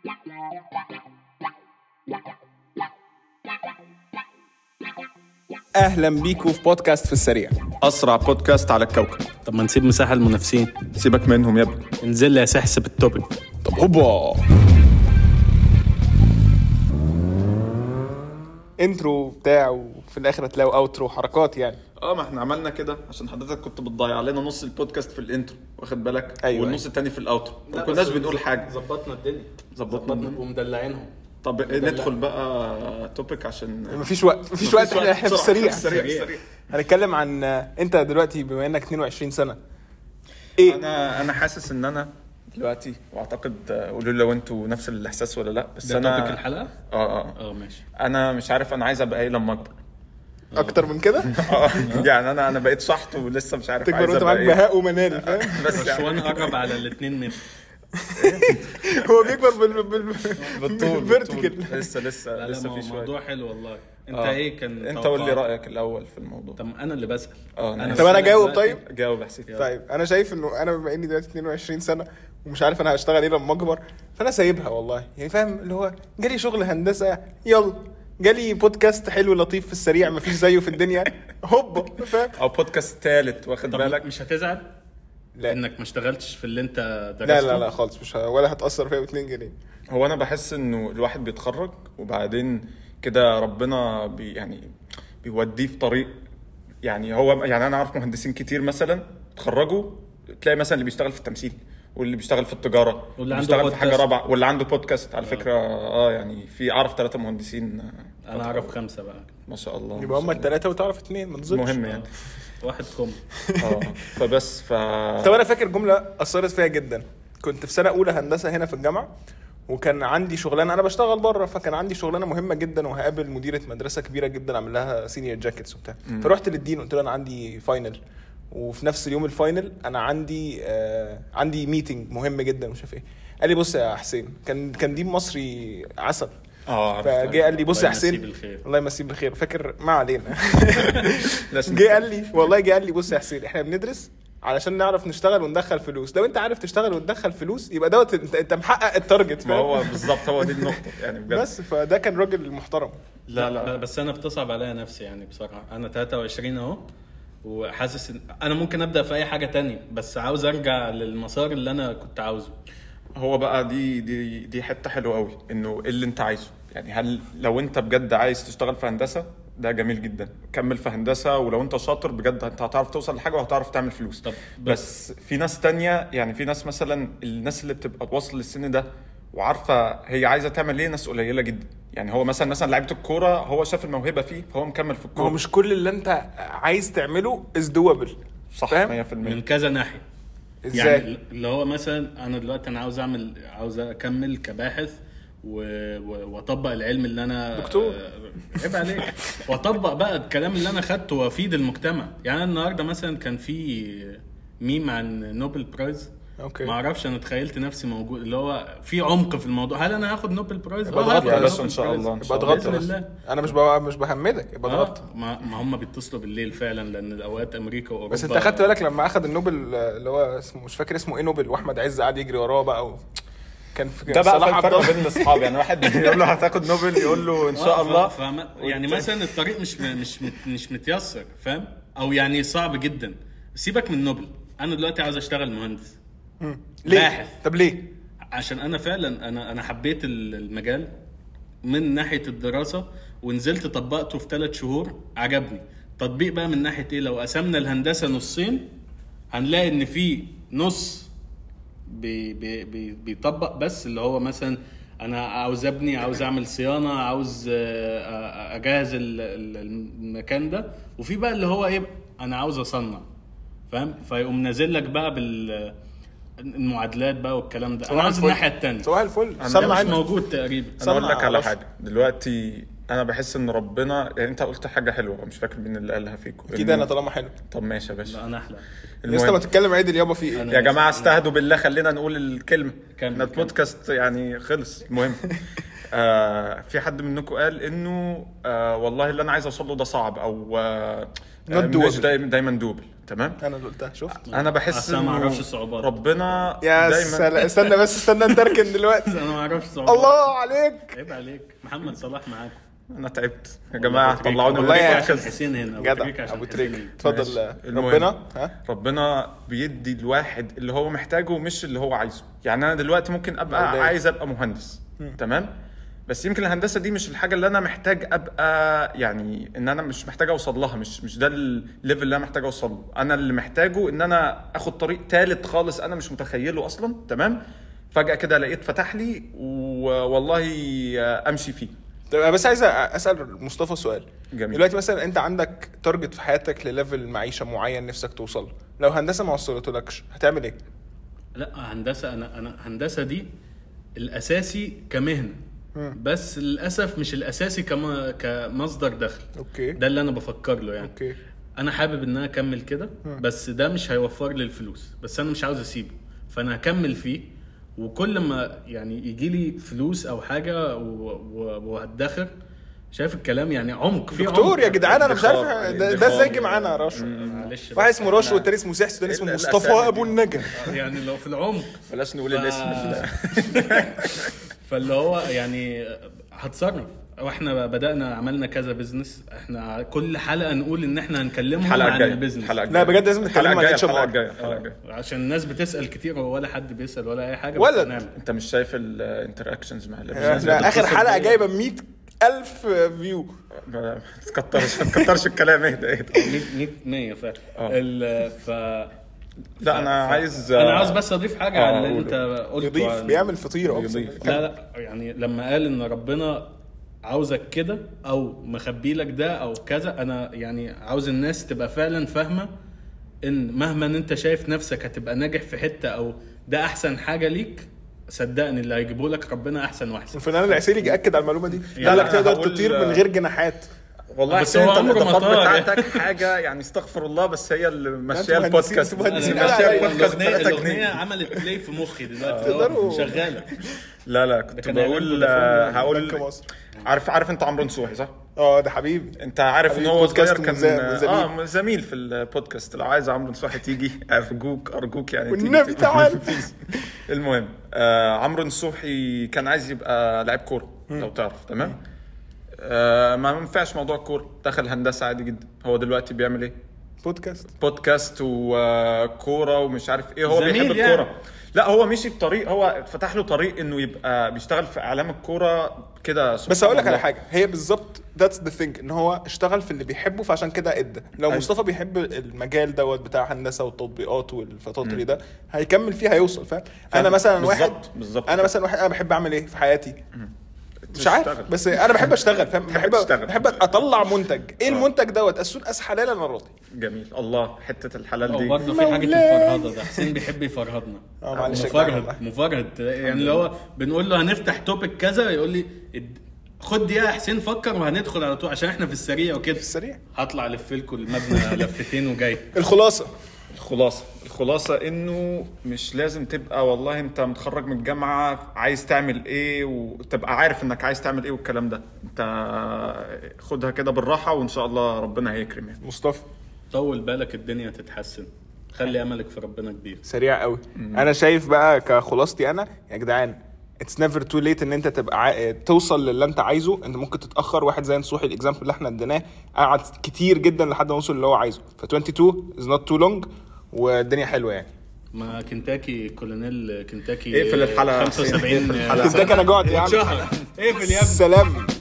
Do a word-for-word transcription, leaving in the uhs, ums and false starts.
اهلا بيكم في بودكاست في السريع، اسرع بودكاست على الكوكب. طب ما نسيب مساحه للمنافسين. سيبك منهم يا ابني، انزل لي يا سحسب التوبيك. طب هوبا انترو بتاع وفي الاخر هتلاقوا اوترو حركات يعني. اه ما احنا عملنا كده عشان حضرتك كنت بتضيع علينا نص البودكاست في الانترو، واخد بالك؟ أيوة والنص أيوة. التاني في الاوترو، ما كناش بنقول حاجه. ظبطنا الدنيا، ظبطنا ومدلعينهم. طب ندخل بقى توبيك عشان مفيش وقت مفيش وقت احنا احنا في السريع. السريع. هنتكلم عن انت دلوقتي بما انك اتنين وعشرين سنه ايه. انا انا حاسس ان انا دلوقتي، واعتقد قولوا لي لو انتوا نفس الاحساس ولا لا، بس ده انا توبيك الحلقه. اه اه اه ماشي. انا مش عارف انا عايز ابقى ايه لما اكبر. اكتر من كده يعني انا انا بقيت شحط ولسه مش عارف تكبر عايز وانت ابقى معاك ايه. بهاء ومنال، فاهم؟ بس يعني وانا قرب على الاثنين متر. هو بيكبر بال بال بالطول بالفيرتيكال. لسه لسه لا لسه لا، في شويه. موضوع حلو والله. انت آه. ايه كان انت قول لي توقعك؟ رايك الاول في الموضوع. طب انا اللي بسال. اه أنا طب انا بسألك جاوب. دلوقتي. طيب جاوب يا حسين. طيب انا شايف انه انا بما اني دلوقتي اتنين وعشرين سنه ومش عارف انا هشتغل ايه لما اكبر، فانا سايبها والله يعني، فاهم؟ اللي هو جالي شغل هندسه، يلا جالي بودكاست حلو لطيف في السريع مفيش زيه في الدنيا، هوبا، فاهم؟ او بودكاست ثالث، واخد طب بالك؟ مش هتزعل لا انك ما اشتغلتش في اللي انت درسته؟ لا لا لا خالص، مش ه... ولا هتاثر فيها باتنين جنيه. هو انا بحس انه الواحد بيتخرج وبعدين كده ربنا بي يعني بيوديه في طريق. يعني هو يعني انا عارف مهندسين كتير مثلا اتخرجوا، تلاقي مثلا اللي بيشتغل في التمثيل، واللي بيشتغل في التجاره، واللي بيشتغل عنده في حاجه بودكاست. رابعه، واللي عنده بودكاست على فكره. اه يعني في اعرف ثلاثه مهندسين. انا اعرف خمسه بقى. ما شاء الله. يبقى هم الثلاثه وتعرف اتنين، ما تظلمش. مهم يعني. واحد كوم. اه فبس ف طب انا فاكر جمله اثرت فيها جدا. كنت في سنه اولى هندسه هنا في الجامعه، وكان عندي شغلانه، انا بشتغل بره، فكان عندي شغلانه مهمه جدا وهقابل مديره مدرسه كبيره جدا اعمل لها سينيور جاكيتس وبتاع. فرحت للدين قلت له انا عندي فاينل، وفي نفس اليوم الفاينل انا عندي آه عندي ميتنج مهم جدا مش عارف ايه. قال لي بص يا حسين، كان كان دين مصري عسل. اه فجاء قال لي بص يا الله يمسيه حسين، بالخير. الله يمسيه بالخير، فاكر ما علينا. جه قال لي والله جه قال لي بص يا حسين، احنا بندرس علشان نعرف نشتغل وندخل فلوس. لو انت عارف تشتغل وتدخل فلوس يبقى دوت انت, انت محقق التارجت، ما فاهم؟ هو بالظبط هو دي النقطه يعني بجد. بس فده كان راجل محترم. لا لا بس انا بتصعب عليا نفسي يعني بصراحه. انا ثلاثة وعشرين اهو، وحاسس ان انا ممكن ابدا في اي حاجه تانية، بس عاوز ارجع للمسار اللي انا كنت عاوزه. هو بقى دي دي دي حته حلوه قوي، انه اللي انت عايزه. يعني هل لو انت بجد عايز تشتغل في هندسه ده جميل جدا، كمل في هندسه، ولو انت شاطر بجد انت هتعرف توصل لحاجه وهتعرف تعمل فلوس. طب بس في ناس تانية، يعني في ناس مثلا الناس اللي بتبقى واصل للسن ده وعارفه هي عايزه تعمل ايه، ناس قليله جدا. يعني هو مثلا مثلا لعيبه الكوره هو شاف الموهبه فيه فهو مكمل في ما هو الكوره. مش كل اللي انت عايز تعمله از دوبل، صح فاهم؟ مية في المية. من كذا ناحيه. ازاي؟ يعني اللي هو مثلا انا دلوقتي انا عاوز اعمل عاوز اكمل كباحث و- و- واطبق العلم اللي انا دكتور. آه، عيب عليك. واطبق بقى الكلام اللي انا خدته وافيد المجتمع. يعني أنا النهارده مثلا كان في ميم عن نوبل برايز. اوكي. ما اعرفش، انا تخيلت نفسي موجود، اللي هو في عمق في الموضوع. هل انا هاخد نوبل برايز؟ يبقى آه، اضغط هاخد يا نوبل باشا إن شاء برايز. الله، إن يبقى شاء الله. اضغط بإذن بس. الله. انا مش بقى مش بهمدك، يبقى اضغط. آه، ما ما هم بيتصلوا بالليل فعلا، لان الاوقات امريكا واوروبا. بس انت اخدت بالك لما اخد النوبل اللي هو اسمه مش فاكر اسمه ايه، نوبل، واحمد عز قاعد يجري وراه بقى و... كان في ده بقى صلاح عبد الفرق الله. بين الاصحاب. يعني واحد يقول له هتاخد نوبل، يقول له ان شاء آه، الله. ف- فما- يعني مثلا الطريق مش مش مت- مش متيسر، فاهم؟ او يعني صعب جدا. سيبك من نوبل، انا دلوقتي عاوز اشتغل مهندس. مم. ليه؟ باحث. طب ليه؟ عشان انا فعلا انا انا حبيت ال- المجال من ناحيه الدراسه، ونزلت طبقته في ثلاث شهور عجبني. تطبيق بقى من ناحيه ايه؟ لو قسمنا الهندسه نصين هنلاقي ان في نص بي بي بي بيطبق بس، اللي هو مثلا انا عاوز ابني، عاوز اعمل صيانه، عاوز آه، اجهز ال- ال- المكان ده. وفي بقى اللي هو ايه، انا عاوز اصنع، فاهم؟ فيقوم نازل لك بقى بال المعادلات بقى والكلام ده. انا عاوز الناحيه الثانيه. صباح الفل. ده سمع مش عندك. موجود تقريبا. انا اقول لك على عرف. حاجه دلوقتي. انا بحس ان ربنا، يعني انت قلت حاجه حلوه مش فاكر مين اللي قالها فيكم. كده انا طالما حلو. طب ماشي يا باشا. لا انا احلى. لسه ما تتكلم عيد يابا في ايه؟ أنا- يا جماعه استهدوا بالله، خلينا نقول الكلمه. كمل، احنا البودكاست يعني خلص. المهم آه في حد منكم قال انه آه والله اللي انا عايز اوصل له ده صعب، او آه Not مش doable. دايما دايما دوبل. تمام. انا اللي قلتها شفت. انا بحس أصل أنا ما انه أعرفش الصعوبات. ربنا يا دايما سلام، استنى بس استنى نتركن دلوقتي. انا ما اعرفش الصعوبات. الله عليك. عيب عليك. محمد صلاح معاك. انا تعبت يا جماعه، والله طلعوني والله يا عشان مركز. حسين هنا. جدع ابو تريك، اتفضل. المهم. ربنا ها ربنا بيدي الواحد اللي هو محتاجه مش اللي هو عايزه. يعني انا دلوقتي ممكن ابقى والله. عايز ابقى مهندس، تمام، بس يمكن الهندسه دي مش الحاجه اللي انا محتاج ابقى، يعني ان انا مش محتاج اوصل لها، مش مش ده الليفل اللي انا محتاج اوصل له. انا اللي محتاجه ان انا اخد طريق ثالث خالص انا مش متخيله اصلا، تمام. فجاه كده لقيت فتح لي والله امشي فيه. طب بس عايز اسال مصطفى سؤال. جميل. دلوقتي مثلا انت عندك تارجت في حياتك لليفل معيشه معين نفسك توصل، لو هندسه ما وصلتلكش هتعمل ايه؟ لا هندسه، انا انا هندسه دي الاساسي كمهنه، بس للاسف مش الاساسي كما كمصدر دخل. اوكي. ده اللي انا بفكر له يعني. اوكي. انا حابب ان انا اكمل كده، بس ده مش هيوفر لي الفلوس، بس انا مش عاوز اسيبه، فانا هكمل فيه. وكل ما يعني يجي لي فلوس او حاجه وهدخر، شايف الكلام يعني عمق في دكتور يا جدعان انا مش عارف ادخار. ده, ده ازاي جه معانا يا رشا. معلش واحد اسمه رشا والتاني اسمه سحس والتاني اسمه ال- مصطفى الأسامي ابو دي. النجا. يعني لو في العمق بلاش نقول ف- الاسم. فاللي هو يعني هتصرف. واحنا بدأنا عملنا كذا بيزنس، احنا كل حلقة نقول ان احنا هنكلمهم الحلقه عن الجايه البيزنس. الحلقه لا بجد لازم نتكلم عن الجايه اتش ام الحلقه ار. الجايه الحلقه الجايه عشان الناس بتسأل كتير ولا حد بيسأل ولا اي حاجة. ولد. بس هنعمل. انت مش شايف الانتراكشنز مع احنا اخر حلقه جايبه مية ألف فيو. ما تكترش ما تكترش الكلام. اهدى اهدى. مية مية فعلا. آه. ال- ف لا انا عايز انا عاوز بس اضيف حاجة آه، على اللي قول. انت قلته. يضيف عن- بيعمل فطيره اقسم يضيف. بالله. لا لا يعني لما قال ان ربنا عاوزك كده او مخبي لك ده او كذا، انا يعني عاوز الناس تبقى فعلا فاهمه ان مهما انت شايف نفسك هتبقى ناجح في حته او ده احسن حاجه ليك، صدقني اللي هيجيبه لك ربنا احسن واحسن. الفنان العسيري جاكد على المعلومه دي. يعني قال لك أنا تقدر هقول- تطير من غير جناحات. والله بس حسين هو انت عمره ما الاضافات طار. بتاعتك حاجه يعني استغفر الله، بس هي اللي ماشيه مهندسين- البودكاست. مهندسين. ماشيه لا، لا، البودكاست الاغنيه ثلاثة الاغنيه جنيه. عملت بلاي في مخي دلوقتي. تقدروا- آه، شغاله. لا لا كنت كان إعلان بقول فودافون آه، يعني. هقول بنك مصر. عارف عارف انت عمرو نصوحي صح؟ اه ده حبيبي. انت عارف ان حبيبي هو بودكاست صغير كان مزا- زميل. اه زميل في البودكاست. لو عايز عمرو نصوحي تيجي ارجوك ارجوك يعني تيجي والنبي تيجي. تعال. المهم آه عمرو نصوحي كان عايز يبقى لاعب كوره لو تعرف، تمام. آه ما ينفعش موضوع الكوره، دخل هندسه عادي جدا. هو دلوقتي بيعمل ايه؟ بودكاست. بودكاست وكوره ومش عارف ايه. هو زميل بيحب يعني. الكوره. لا هو مشي في طريق، هو فتح له طريق انه يبقى بيشتغل في اعلام الكوره كده. بس اقول لك على حاجه، هي بالظبط ذاتس ذا ثينج، ان هو اشتغل في اللي بيحبه فعشان كده ادى. لو أيوة. مصطفى بيحب المجال دوت بتاع هندسه والتطبيقات والفطاطري ده هيكمل فيه هيوصل. فاهم؟ انا مثلا واحد بالظبط بالظبط انا مثلا واحد انا بحب اعمل ايه في حياتي مش عارف، تشتغل. بس انا بحب اشتغل. فاهم؟ بحب تشتغل. بحب اطلع منتج. ايه المنتج دوت السون اس حلال انا راضي. جميل. الله حته الحلال دي. وبرضه في حاجه مولاي. الفرهده ده، حسين بيحب يفرهدنا. اه معلش يا جدعان والله. مفرهد مفرهد يعني. اللي هو بنقول له هنفتح توبيك كذا يقول لي اد- خد دقيقه يا حسين فكر وهندخل على طول عشان احنا في السريع وكده. في السريع. هطلع الف لكم المبنى لفتين وجاي. الخلاصه الخلاصه الخلاصه انه مش لازم تبقى والله انت متخرج من الجامعه عايز تعمل ايه وتبقى عارف انك عايز تعمل ايه والكلام ده. انت خدها كده بالراحه وان شاء الله ربنا هيكرم يعني. مصطفى طول بالك الدنيا تتحسن، خلي املك في ربنا كبير. سريع قوي. انا شايف بقى كخلاصتي انا يا جدعان اتس نيفر تو ليت ان انت تبقى عا... توصل للي انت عايزه. انت ممكن تتاخر. واحد زي نصوحي الاكزامبل اللي احنا اديناه قعد كتير جدا لحد ما وصل اللي هو عايزه. ف اتنين وعشرين از نوت تو لونج والدنيا حلوه يعني. ما كنتاكي كولونيل كنتاكي اقفل الحلقة. خمسة وسبعين اقفل الحلقة. كنتاكي انا جوعت يا عم. شهر. اقفل يا ابني. سلام.